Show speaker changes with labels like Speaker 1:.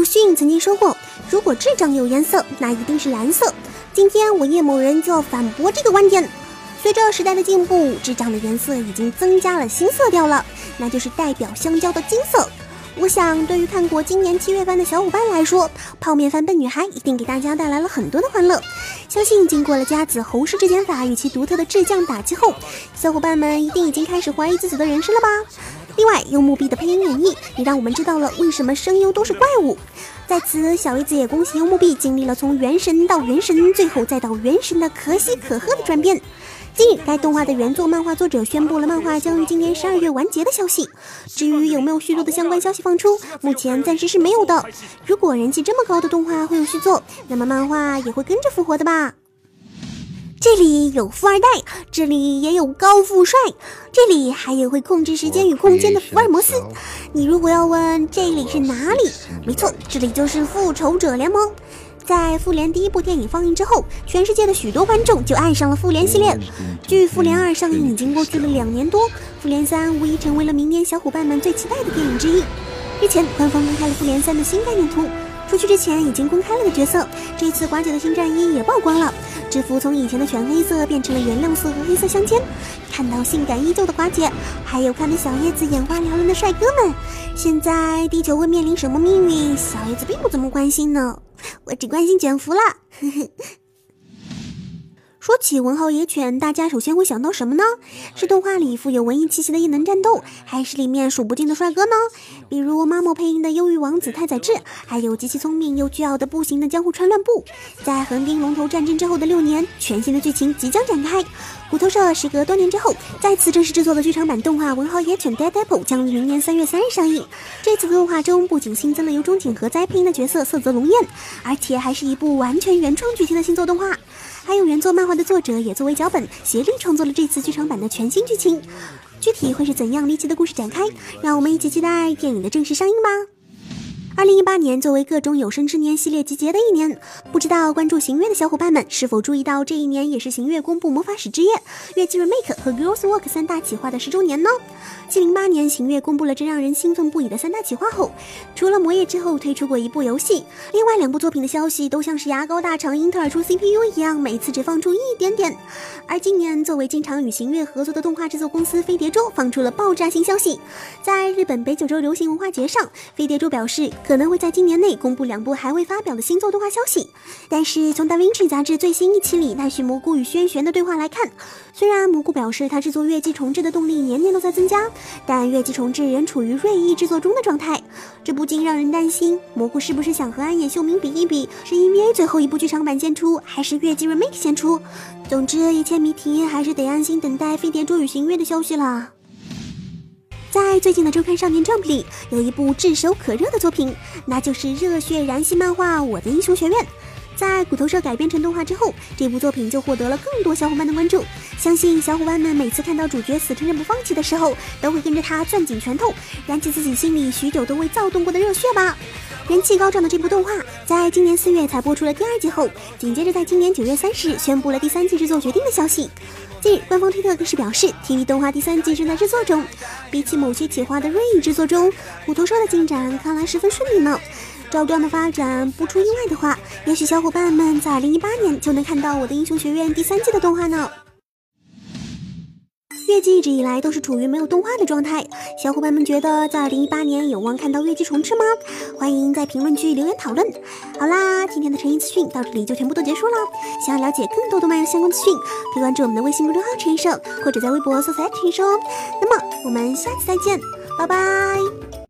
Speaker 1: 鲁迅曾经说过，如果智障有颜色，那一定是蓝色。今天我叶某人就要反驳这个观点。随着时代的进步，智障的颜色已经增加了新色调了，那就是代表香蕉的金色。我想对于看过今年7月番的小伙伴来说，泡面番笨女孩一定给大家带来了很多的欢乐。相信经过了家子侯氏质检法与其独特的质降打击后，小伙伴们一定已经开始怀疑自己的人生了吧。另外，柚木碧的配音演绎也让我们知道了为什么声优都是怪物。在此，小姨子也恭喜柚木碧经历了从元神到元神，最后再到元神的可喜可贺的转变。近日，该动画的原作漫画作者宣布了漫画将于今年12月完结的消息。至于有没有续作的相关消息放出，目前暂时是没有的。如果人气这么高的动画会有续作，那么漫画也会跟着复活的吧。这里有富二代，这里也有高富帅，这里还有会控制时间与空间的福尔摩斯。你如果要问这里是哪里，没错，这里就是复仇者联盟。在复联第1部电影放映之后，全世界的许多观众就爱上了复联系列。距复联2上映已经过去了2年多，复联3无疑成为了明年小伙伴们最期待的电影之一。日前，官方公开了复联3的新概念图，除去之前已经公开了的角色，这次寡姐的新战衣也曝光了。制服从以前的全黑色变成了原亮色和黑色相间，看到性感依旧的寡姐，还有看得小叶子眼花缭乱的帅哥们。现在地球会面临什么命运，小叶子并不怎么关心呢，我只关心卷福了。说起文豪野犬，大家首先会想到什么呢？是动画里富有文艺气息的异能战斗，还是里面数不尽的帅哥呢？比如妈某配音的忧郁王子太宰治，还有极其聪明又倨的不行的江户川乱步。在横滨龙头战争之后的6年，全新的剧情即将展开。骨头社时隔多年之后再次正式制作的剧场版动画《文豪野犬 Dead Apple》将于明年3月3日上映。这次的动画中不仅新增了由中井和哉配音的角色色泽龙彦，而且还是一部完全原创剧情的新作动画。还有原作漫画的作者也作为脚本协力创作了这次剧场版的全新剧情，具体会是怎样离奇的故事展开，让我们一起期待电影的正式上映吧。2018年作为各种有生之年系列集结的一年，不知道关注行月的小伙伴们是否注意到这一年也是行月公布魔法使之夜、月季 remake 和 Girls Walk 3大企划的10周年呢？708年行月公布了真让人兴奋不已的3大企划后，除了魔夜之后推出过一部游戏，另外2部作品的消息都像是牙膏大厂英特尔出 CPU 一样，每次只放出一点点。而今年作为经常与行月合作的动画制作公司飞碟桌放出了爆炸性消息，在日本北九州流行文化节上，飞碟桌表示可能会在今年内公布2部还未发表的新作动画消息。但是从达芬奇杂志最新一期里奈绪蘑菇与轩辕的对话来看，虽然蘑菇表示他制作月季重置的动力年年都在增加，但月季重置仍处于锐意制作中的状态，这不禁让人担心蘑菇是不是想和安野秀明比一比，是 EVA 最后一部剧场版先出，还是月季 remake 先出？总之一切谜题还是得安心等待飞碟桌与行月的消息啦。在最近的周刊少年 Jump 里有一部炙手可热的作品，那就是热血燃系漫画《我的英雄学院》。在骨头社改编成动画之后，这部作品就获得了更多小伙伴的关注。相信小伙伴们每次看到主角死撑着不放弃的时候，都会跟着他攥紧拳头，燃起自己心里许久都未躁动过的热血吧。人气高涨的这部动画，在今年4月才播出了第2季后，紧接着在今年9月30日宣布了第3季制作决定的消息。近日，官方推特更是表示 ，TV 动画第3季正在制作中。比起某些企划的锐意制作中，骨头社的进展看来十分顺利呢。照这样的发展，不出意外的话，也许小伙伴们在2018年就能看到我的英雄学院第3季的动画呢。月季一直以来都是处于没有动画的状态，小伙伴们觉得在2018年有望看到月季重置吗？欢迎在评论区留言讨论。好啦，今天的陈一资讯到这里就全部都结束了。想要了解更多动漫游相关资讯，可以关注我们的微信公众号陈一生，或者在微博搜索陈一生。那么我们下期再见，拜拜。